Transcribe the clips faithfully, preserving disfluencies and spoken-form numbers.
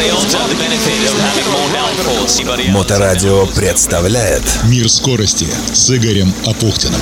Моторадио представляет «Мир скорости» с Игорем Апухтиным.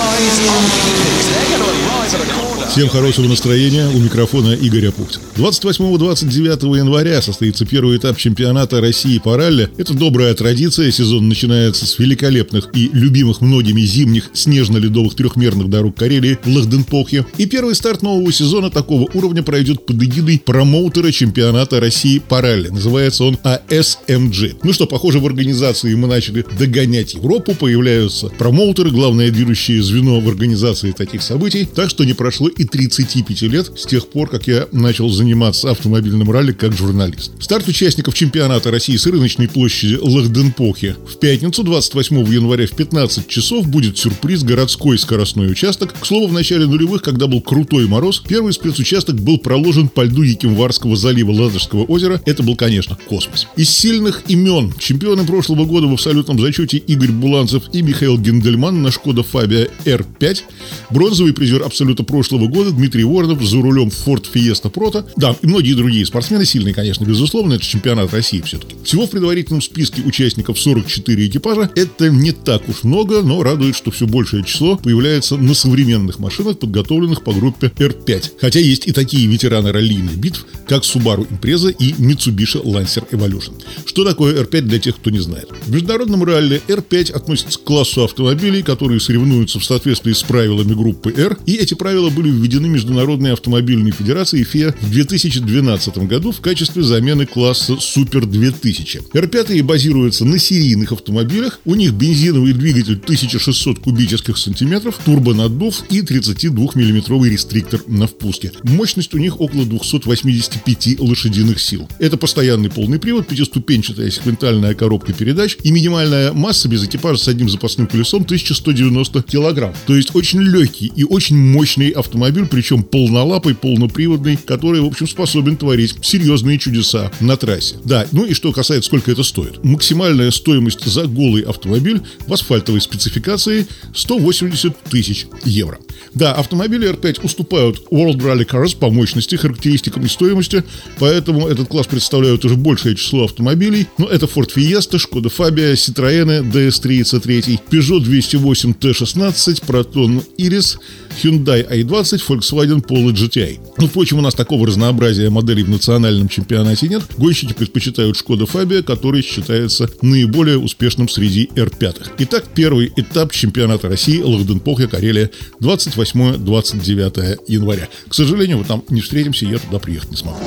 Всем хорошего настроения, у микрофона Игорь Апухтин. двадцать восьмого — двадцать девятого января состоится первый этап чемпионата России по ралли. Это добрая традиция, сезон начинается с великолепных и любимых многими зимних снежно-ледовых трехмерных дорог Карелии в Лахденпохе. И первый старт нового сезона такого уровня пройдет под эгидой промоутера чемпионата России по ралли. Называется он эй эс эм джи. Ну что, похоже, в организации мы начали догонять Европу, появляются промоутеры, главное движущее звено в организации таких событий, так что не прошло и тридцати пяти лет с тех пор, как я начал заниматься автомобильным ралли как журналист. Старт участников чемпионата России с рыночной площади Лахденпохе в пятницу, двадцать восьмого января в пятнадцать часов будет сюрприз — городской скоростной участок. К слову, в начале нулевых, когда был крутой мороз, первый спецучасток был проложен по льду Якимварского залива Ладожского озера. Это был, конечно, космос. Из сильных имен чемпионы прошлого года в абсолютном зачете Игорь Буланцев и Михаил Гендельман на Шкода Фабия эр пять. Бронзовый призер абсолюта прошлого года Дмитрий Воронов за рулем Ford Fiesta Proto. Да, и многие другие спортсмены сильные, конечно, безусловно, это чемпионат России все-таки. Всего в предварительном списке участников сорок четыре экипажа. Это не так уж много, но радует, что все большее число появляется на современных машинах, подготовленных по группе эр пять. Хотя есть и такие ветераны раллийных битв, как Subaru Impreza и Mitsubishi Lancer Evolution. Что такое эр пять для тех, кто не знает? В международном ралли эр пять относится к классу автомобилей, которые соревнуются в соответствии с правилами группы R, и эти правила были введены Международной автомобильной федерацией эф и а в две тысячи двенадцатом году в качестве замены класса Супер две тысячи. эр пять базируется на серийных автомобилях, у них бензиновый двигатель тысяча шестьсот кубических сантиметров, турбонаддув и тридцатидвухмиллиметровый рестриктор на впуске. Мощность у них около двухсот восьмидесяти пяти лошадиных сил. Это постоянный полный привод, пятиступенчатая секвентальная коробка передач и минимальная масса без экипажа с одним запасным колесом тысяча сто девяносто килограмм. То есть очень легкий и очень мощный автомобиль, причем полнолапый, полноприводный, который, в общем, способен творить серьезные чудеса на трассе. Да, ну и что касается, сколько это стоит. Максимальная стоимость за голый автомобиль в асфальтовой спецификации сто восемьдесят тысяч евро. Да, автомобили эр пять уступают World Rally Cars по мощности, характеристикам и стоимости, поэтому этот класс представляют уже большее число автомобилей. Но это Ford Fiesta, Шкода Фабия, Citroёn ди эс три и си три, Peugeot двести восемь тэ шестнадцать, Proton Iris, Hyundai ай двадцать, Volkswagen Polo джи ти ай. Но, впрочем, у нас такого разнообразия моделей в национальном чемпионате нет. Гонщики предпочитают Шкода Фабия, который считается наиболее успешным среди эр пять. Итак, первый этап чемпионата России Лахденпохе, Карелия, двадцать восьмого — двадцать девятого января. К сожалению, мы там не встретимся, я туда приехать не смогу.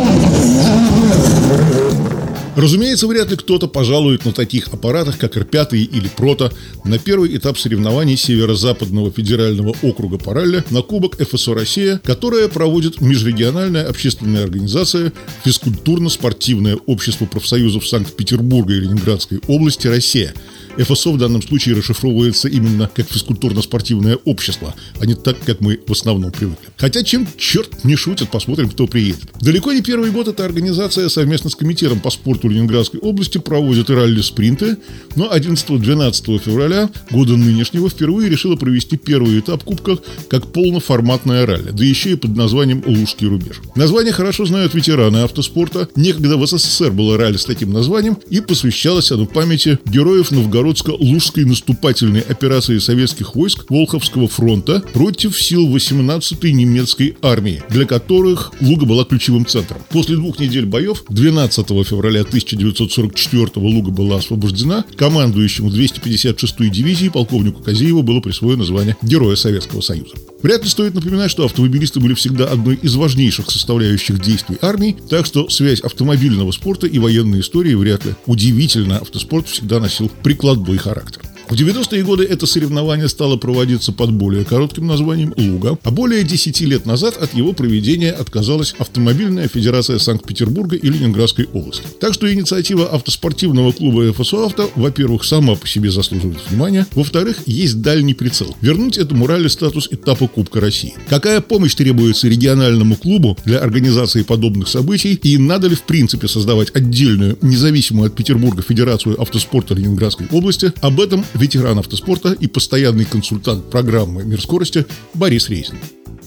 Разумеется, вряд ли кто-то пожалует на таких аппаратах, как эр пять или Proto, на первый этап соревнований Северо-Западного федерального округа по ралли на Кубок эф эс о «Россия», которая проводит межрегиональная общественная организация Физкультурно-спортивное общество профсоюзов Санкт-Петербурга и Ленинградской области «Россия». эф эс о в данном случае расшифровывается именно как физкультурно-спортивное общество, а не так, как мы в основном привыкли. Хотя чем черт не шутит, посмотрим, кто приедет. Далеко не первый год эта организация совместно с комитетом по спорту Ленинградской области проводит и ралли-спринты, но одиннадцатого-двенадцатого февраля года нынешнего впервые решила провести первый этап Кубка как полноформатное ралли, да еще и под названием «Лужский рубеж». Название хорошо знают ветераны автоспорта. Некогда в эс эс эс эр было ралли с таким названием, и посвящалось оно памяти героев Новгородско-Лужской наступательной операции советских войск Волховского фронта против сил восемнадцатой немецкой армии, для которых Луга была ключевым центром. После двух недель боев двенадцатого февраля тысяча девятьсот сорок четвёртого Луга была освобождена. Командующему двести пятьдесят шестой дивизии полковнику Козееву было присвоено звание Героя Советского Союза. Вряд ли стоит напоминать, что автомобилисты были всегда одной из важнейших составляющих действий армии, так что связь автомобильного спорта и военной истории вряд ли. Удивительно, автоспорт всегда носил прикладной характер. В девяностые годы это соревнование стало проводиться под более коротким названием «Луга», а более десяти лет назад от его проведения отказалась Автомобильная федерация Санкт-Петербурга и Ленинградской области. Так что инициатива автоспортивного клуба эф эс о «Авто», во-первых, сама по себе заслуживает внимания, во-вторых, есть дальний прицел – вернуть этому ралли статус этапа Кубка России. Какая помощь требуется региональному клубу для организации подобных событий, и надо ли в принципе создавать отдельную, независимую от Петербурга Федерацию автоспорта Ленинградской области, об этом ветеран автоспорта и постоянный консультант программы «Мир скорости» Борис Рейзин.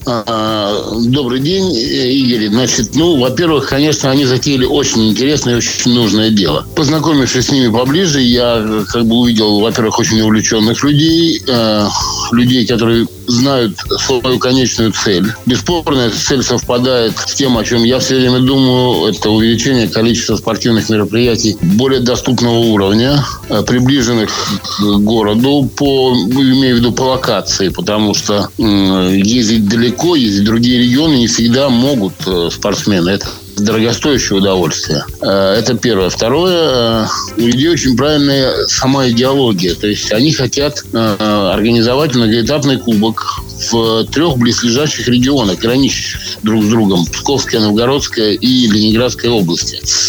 Добрый день, Игорь. Значит, ну, во-первых, конечно, они затеяли очень интересное и очень нужное дело. Познакомившись с ними поближе, я как бы увидел, во-первых, очень увлеченных людей, э, людей, которые знают свою конечную цель. Бесспорно, эта цель совпадает с тем, о чем я все время думаю. Это увеличение количества спортивных мероприятий более доступного уровня, э, приближенных к городу, по, имею в виду по локации, потому что э, ездить далеко, ездить в другие регионы не всегда могут э, спортсмены. Это дорогостоящее удовольствие. Это первое. Второе, у людей очень правильная сама идеология. То есть они хотят организовать многоэтапный кубок в трех близлежащих регионах, граничащих друг с другом: Псковская, Новгородская и Ленинградская области. С,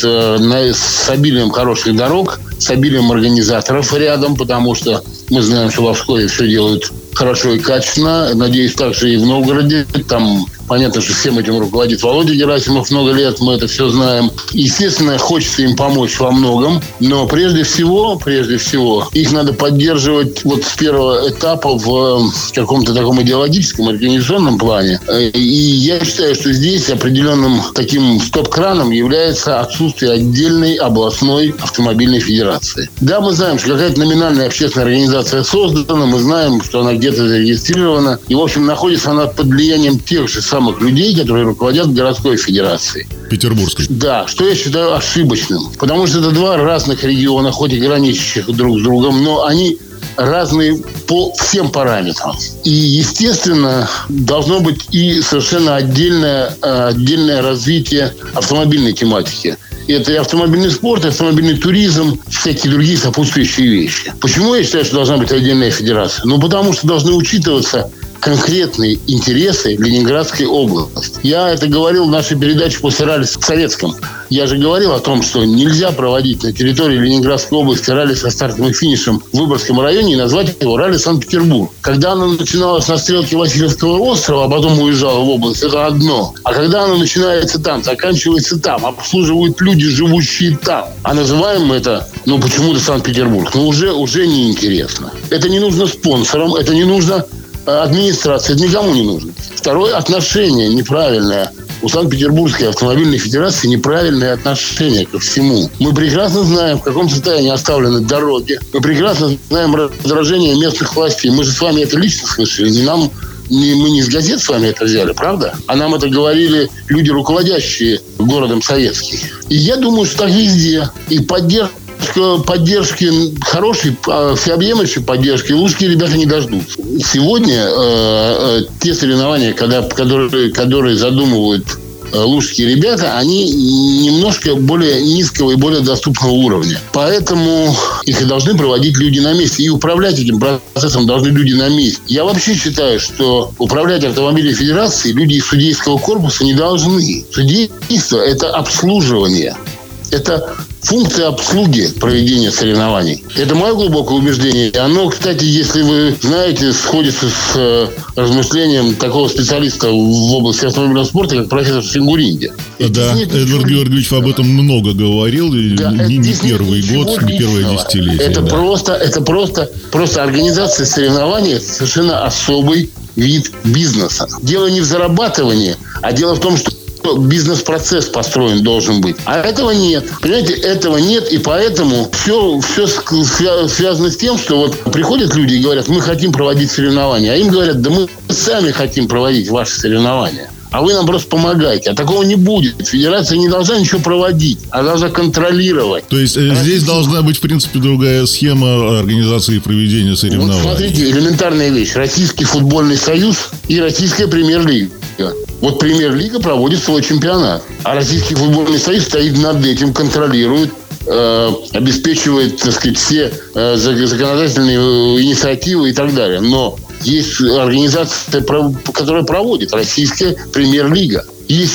с обилием хороших дорог, с обилием организаторов рядом, потому что мы знаем, что в Пскове все делают хорошо и качественно. Надеюсь, также и в Новгороде. Там понятно, что всем этим руководит Володя Герасимов много лет, мы это все знаем. Естественно, хочется им помочь во многом, но прежде всего, прежде всего, их надо поддерживать вот с первого этапа в каком-то таком идеологическом, организационном плане. И я считаю, что здесь определенным таким стоп-краном является отсутствие отдельной областной автомобильной федерации. Да, мы знаем, что какая-то номинальная общественная организация создана, мы знаем, что она где-то зарегистрирована, и, в общем, находится она под влиянием тех же самых людей, которые руководят городской федерацией. Петербургской. Да, что я считаю ошибочным. Потому что это два разных региона, хоть и граничащих друг с другом, но они разные по всем параметрам. И, естественно, должно быть и совершенно отдельное, отдельное развитие автомобильной тематики. Это и автомобильный спорт, и автомобильный туризм, всякие другие сопутствующие вещи. Почему я считаю, что должна быть отдельная федерация? Ну, потому что должны учитываться конкретные интересы Ленинградской области. Я это говорил в нашей передаче после ралли в Советском. Я же говорил о том, что нельзя проводить на территории Ленинградской области ралли со стартом и финишем в Выборгском районе и назвать его ралли Санкт-Петербург. Когда оно начиналось на стрелке Васильевского острова, а потом уезжало в область, это одно. А когда оно начинается там, заканчивается там, обслуживают люди, живущие там, а называем мы это, ну, почему-то Санкт-Петербург, ну, уже, уже неинтересно. Это не нужно спонсорам, это не нужно администрации, это никому не нужно. Второе, отношение неправильное. У Санкт-Петербургской автомобильной федерации неправильное отношение ко всему. Мы прекрасно знаем, в каком состоянии оставлены дороги. Мы прекрасно знаем раздражение местных властей. Мы же с вами это лично слышали. Не нам, не, мы не из газет с вами это взяли, правда? А нам это говорили люди, руководящие городом Советский. И я думаю, что так везде. И поддержка поддержки, хорошей, всеобъемлющей поддержки лужские ребята не дождутся. Сегодня э, э, те соревнования, когда, которые, которые задумывают э, лужские ребята, они немножко более низкого и более доступного уровня. Поэтому их и должны проводить люди на месте. И управлять этим процессом должны люди на месте. Я вообще считаю, что управлять автомобильной федерацией люди из судейского корпуса не должны. Судейство – это обслуживание. Это функция обслуги проведения соревнований. Это мое глубокое убеждение. Оно, кстати, если вы знаете, сходится с э, размышлением такого специалиста в области автомобильного спорта, как профессор Фингуринди. Да, Эдвард Георгиевич об этом много говорил. Да, не, не первый год, не первое десятилетие. Это, да. просто, это просто, просто организация соревнований – совершенно особый вид бизнеса. Дело не в зарабатывании, а дело в том, что бизнес-процесс построен должен быть. А этого нет. Понимаете, этого нет, и поэтому все, все связано с тем, что вот приходят люди и говорят, мы хотим проводить соревнования. А им говорят, да мы сами хотим проводить ваши соревнования. А вы нам просто помогаете. А такого не будет. Федерация не должна ничего проводить. Она должна контролировать. То есть Российский... здесь должна быть, в принципе, другая схема организации и проведения соревнований. Вот смотрите, элементарная вещь. Российский футбольный союз и Российская премьер-лига. Вот премьер-лига проводит свой чемпионат. А Российский футбольный союз стоит над этим, контролирует, э, обеспечивает, так сказать, все э, законодательные инициативы и так далее. Но есть организация, которая проводит Российская премьер-лига. Есть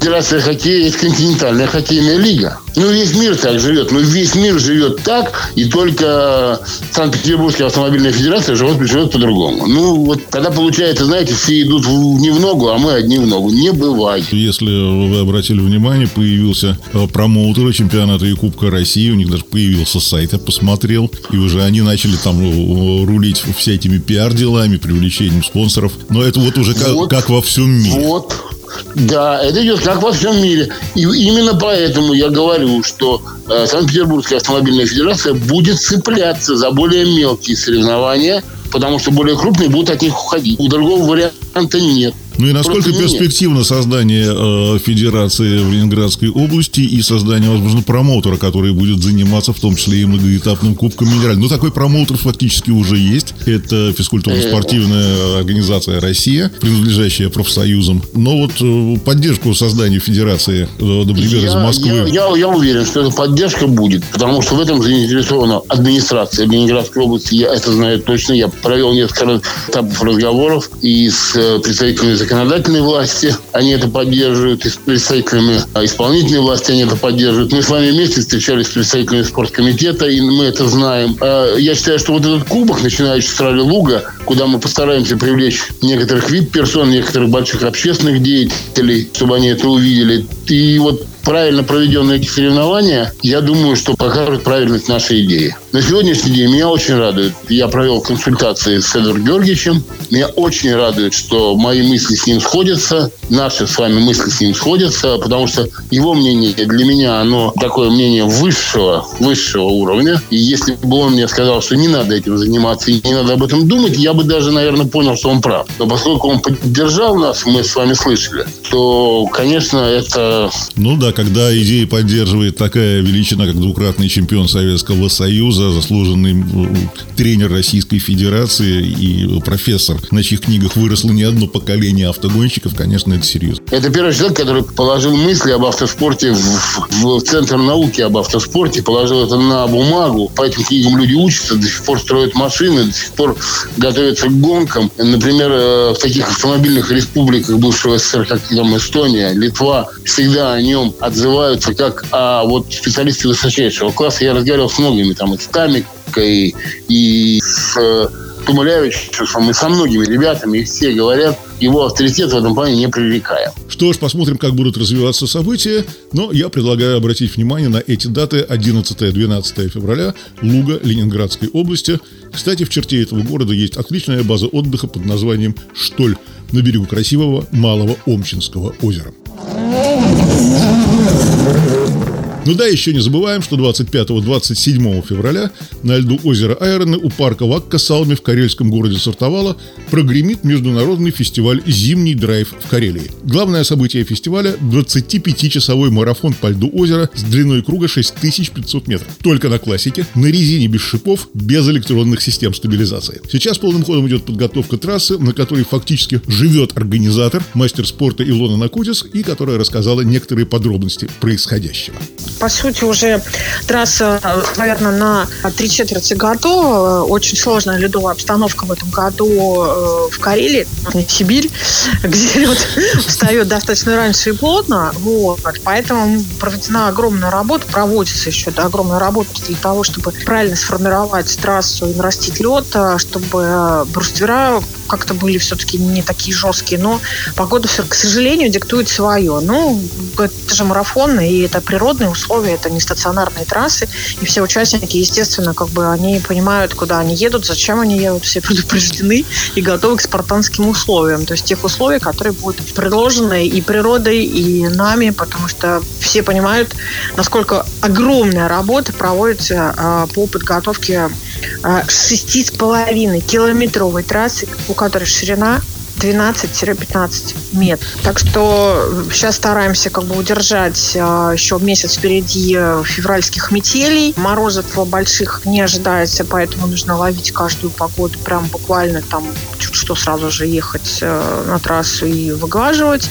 Федерация хоккея, есть континентальная хоккейная лига. Ну, весь мир так живет. Ну, весь мир живет так, и только Санкт-Петербургская автомобильная федерация живет, живет по-другому. Ну, вот тогда получается, знаете, все идут не в ногу, а мы одни в ногу. Не бывает. Если вы обратили внимание, появился промоутер чемпионата и Кубка России, у них даже появился сайт, я посмотрел, и уже они начали там рулить всякими пиар-делами, привлечением спонсоров. Но это вот уже вот, как, как во всем мире. Вот. Да, это идет как во всем мире. И именно поэтому я говорю, что э, Санкт-Петербургская автомобильная федерация будет цепляться за более мелкие соревнования, потому что более крупные будут от них уходить. У другого варианта нет. Ну и насколько Просто перспективно нет. создание э, федерации в Ленинградской области и создание, возможно, промоутера, который будет заниматься в том числе и многоэтапным Кубком Минераль. Ну, такой промоутер фактически уже есть. Это физкультурно-спортивная организация «Россия», принадлежащая профсоюзам. Но вот э, поддержку создания федерации, э, например, я, из Москвы... Я, я, я уверен, что эта поддержка будет, потому что в этом заинтересована администрация Ленинградской области. Я это знаю точно. Я провел несколько этапов разговоров и с э, представителями законодательной власти, они это поддерживают, и с представителями исполнительной власти они это поддерживают. Мы с вами вместе встречались с представителями спорткомитета, и мы это знаем. Я считаю, что вот этот кубок, начинающий с ралли-луга, куда мы постараемся привлечь некоторых вип-персон, некоторых больших общественных деятелей, чтобы они это увидели. И вот правильно проведенные эти соревнования, я думаю, что покажут правильность нашей идеи. На сегодняшний день меня очень радует. Я провел консультации с Эдвардом Георгиевичем. Меня очень радует, что мои мысли с ним сходятся, наши с вами мысли с ним сходятся, потому что его мнение для меня, оно такое мнение высшего, высшего уровня. И если бы он мне сказал, что не надо этим заниматься и не надо об этом думать, я бы даже, наверное, понял, что он прав. Но поскольку он поддержал нас, мы с вами слышали, то, конечно, это... Ну да, когда идея поддерживает такая величина, как двукратный чемпион Советского Союза, заслуженный тренер Российской Федерации и профессор, на чьих книгах выросло не одно поколение автогонщиков, конечно, это серьезно. Это первый человек, который положил мысли об автоспорте в, в Центр науки об автоспорте, положил это на бумагу. По этим книгам люди учатся, до сих пор строят машины, до сих пор готовятся к гонкам. Например, в таких автомобильных республиках бывшего СССР, как там Эстония, Литва, всегда о нем отзываются как о вот специалисте высочайшего класса. Я разговаривал с многими, там, и с Тамикой, и с Тумалявичем, и со многими ребятами, и все говорят, его авторитет в этом плане непререкаем. Что ж, посмотрим, как будут развиваться события. Но я предлагаю обратить внимание на эти даты: одиннадцатое-двенадцатое февраля, Луга Ленинградской области. Кстати, в черте этого города есть отличная база отдыха под названием «Штоль» на берегу красивого Малого Омчинского озера. Ну да, еще не забываем, что двадцать пятого — двадцать седьмого февраля на льду озера Айроны у парка Вакка-Салми в карельском городе Сартовала прогремит международный фестиваль «Зимний драйв» в Карелии. Главное событие фестиваля – двадцатипятичасовой марафон по льду озера с длиной круга шесть тысяч пятьсот метров. Только на классике, на резине без шипов, без электронных систем стабилизации. Сейчас полным ходом идет подготовка трассы, на которой фактически живет организатор, мастер спорта Илона Накутис, и которая рассказала некоторые подробности происходящего. По сути, уже трасса, наверное, на три четверти готова. Очень сложная ледовая обстановка в этом году в Карелии, в Сибирь, где лед встает достаточно раньше и плотно. Вот. Поэтому проведена огромная работа, проводится еще да, огромная работа для того, чтобы правильно сформировать трассу и нарастить лед, чтобы бруствера как-то были все-таки не такие жесткие, но погода, к сожалению, диктует свое. Ну, это же марафон, и это природные условия, это не стационарные трассы, и все участники, естественно, как бы они понимают, куда они едут, зачем они едут, все предупреждены и готовы к спартанским условиям, то есть тех условий, которые будут предложены и природой, и нами, потому что все понимают, насколько огромная работа проводится а, по подготовке а, шести с половиной километровой трассы, у которой ширина двенадцать-пятнадцать метров. Так что сейчас стараемся как бы удержать а, еще месяц впереди февральских метелей. Морозов больших не ожидается, поэтому нужно ловить каждую погоду. Прям буквально там чуть что сразу же ехать а, на трассу и выглаживать,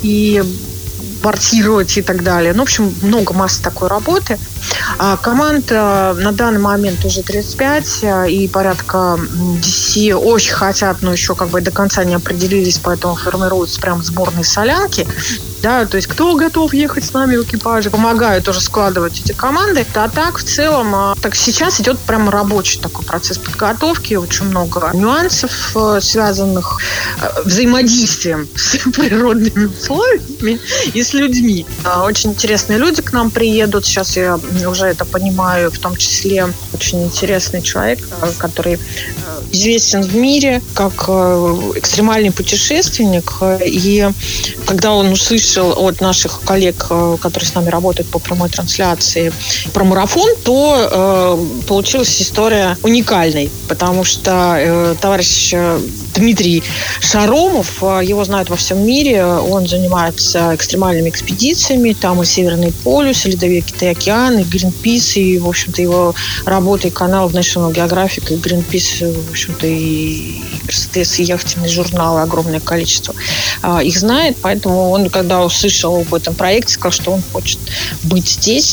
и бортировать и так далее. Ну, в общем, много массы такой работы. А команд а, на данный момент уже тридцать пять, а, и порядка десять очень хотят, но еще как бы до конца не определились, поэтому формируются прям сборные солянки. да, то есть кто готов ехать с нами в экипаже, помогают тоже складывать эти команды. А так, в целом, так сейчас идет прямо рабочий такой процесс подготовки, очень много нюансов, связанных взаимодействием с природными условиями и с людьми. Очень интересные люди к нам приедут, сейчас я уже это понимаю, в том числе очень интересный человек, который известен в мире как экстремальный путешественник, и когда он услышал от наших коллег, которые с нами работают по прямой трансляции, про марафон, то э, получилась история уникальной, потому что э, товарищ Дмитрий Шаромов, его знают во всем мире, он занимается экстремальными экспедициями, там и Северный полюс, и Ледовитый океан, и Greenpeace, и, в общем-то, его работа и канал в National Geographic, и Greenpeace, в общем-то, и Мерседес, и яхтенные журналы, огромное количество э, их знает, поэтому он, когда услышал об этом проекте, сказал, что он хочет быть здесь.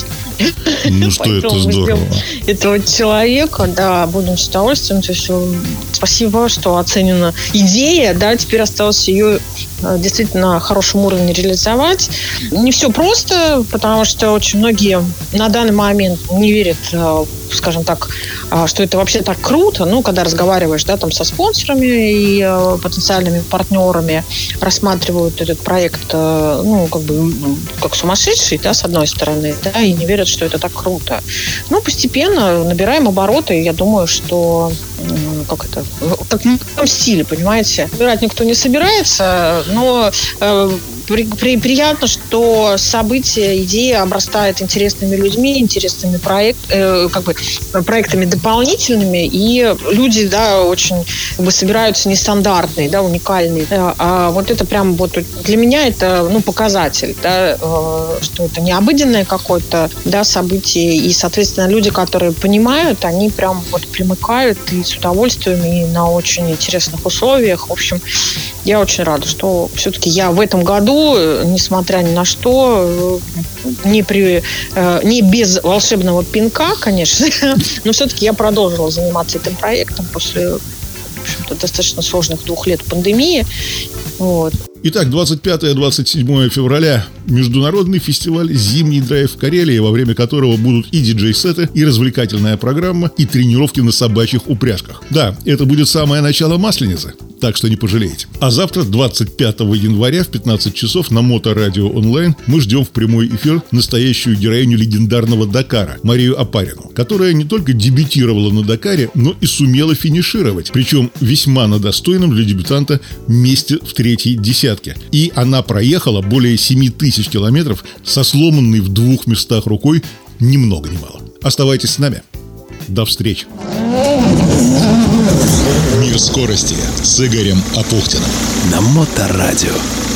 Ну что, это здорово. Этого человека, да, будем с удовольствием. То есть, спасибо, что оценена идея, да, теперь осталось ее действительно на хорошем уровне реализовать. Не все просто, потому что очень многие на данный момент не верят, скажем так, что это вообще так круто. Ну, когда разговариваешь, да, там со спонсорами и э, потенциальными партнерами, рассматривают этот проект, э, ну, как бы, как сумасшедший, да, с одной стороны, да, и не верят, что это так круто. Ну, постепенно набираем обороты, и я думаю, что э, как это, как в таком стиле, понимаете, набирать никто не собирается, но э, при, при, приятно, что событие, идея обрастает интересными людьми, интересными проект, э, как бы, проектами дополнительными, и люди, да, очень как бы, собираются нестандартные, да, уникальные. Да, а вот это прям вот для меня это, ну, показатель, да, э, что это не обыденное какое-то, да, событие, и, соответственно, люди, которые понимают, они прям вот примыкают и с удовольствием, и на очень интересных условиях. В общем, я очень рада, что все-таки я в этом году, несмотря ни на что, не, при, не без волшебного пинка, конечно, но все-таки я продолжила заниматься этим проектом после, в общем-то, достаточно сложных двух лет пандемии. Вот. Итак, двадцать пятое — двадцать седьмое февраля международный фестиваль «Зимний драйв» в Карелии, во время которого будут и диджей-сеты, и развлекательная программа, и тренировки на собачьих упряжках. Да, это будет самое начало Масленицы, так что не пожалеете. А завтра, двадцать пятого января в пятнадцать часов на Моторадио онлайн мы ждем в прямой эфир настоящую героиню легендарного Дакара Марию Опарину, которая не только дебютировала на Дакаре, но и сумела финишировать, причем весьма на достойном для дебютанта месте в третьей десятке. И она проехала более семи тысяч километров со сломанной в двух местах рукой ни много ни мало. Оставайтесь с нами. До встречи. Мир скорости с Игорем Апухтиным на Моторадио.